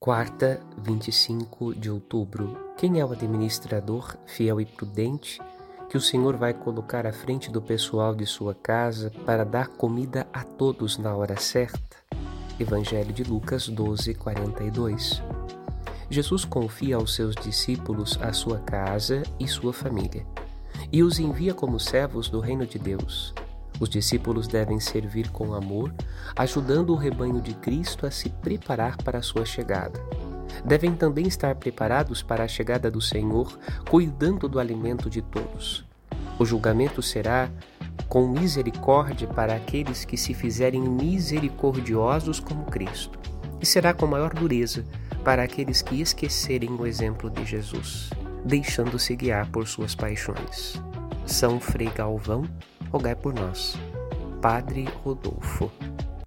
Quarta, 25 de outubro. Quem é o administrador fiel e prudente que o Senhor vai colocar à frente do pessoal de sua casa para dar comida a todos na hora certa? Evangelho de Lucas 12, 42. Jesus confia aos seus discípulos a sua casa e sua família, e os envia como servos do reino de Deus. Os discípulos devem servir com amor, ajudando o rebanho de Cristo a se preparar para a sua chegada. Devem também estar preparados para a chegada do Senhor, cuidando do alimento de todos. O julgamento será com misericórdia para aqueles que se fizerem misericordiosos como Cristo, e será com maior dureza para aqueles que esquecerem o exemplo de Jesus, deixando-se guiar por suas paixões. São Frei Galvão, rogai por nós. Padre Rodolfo.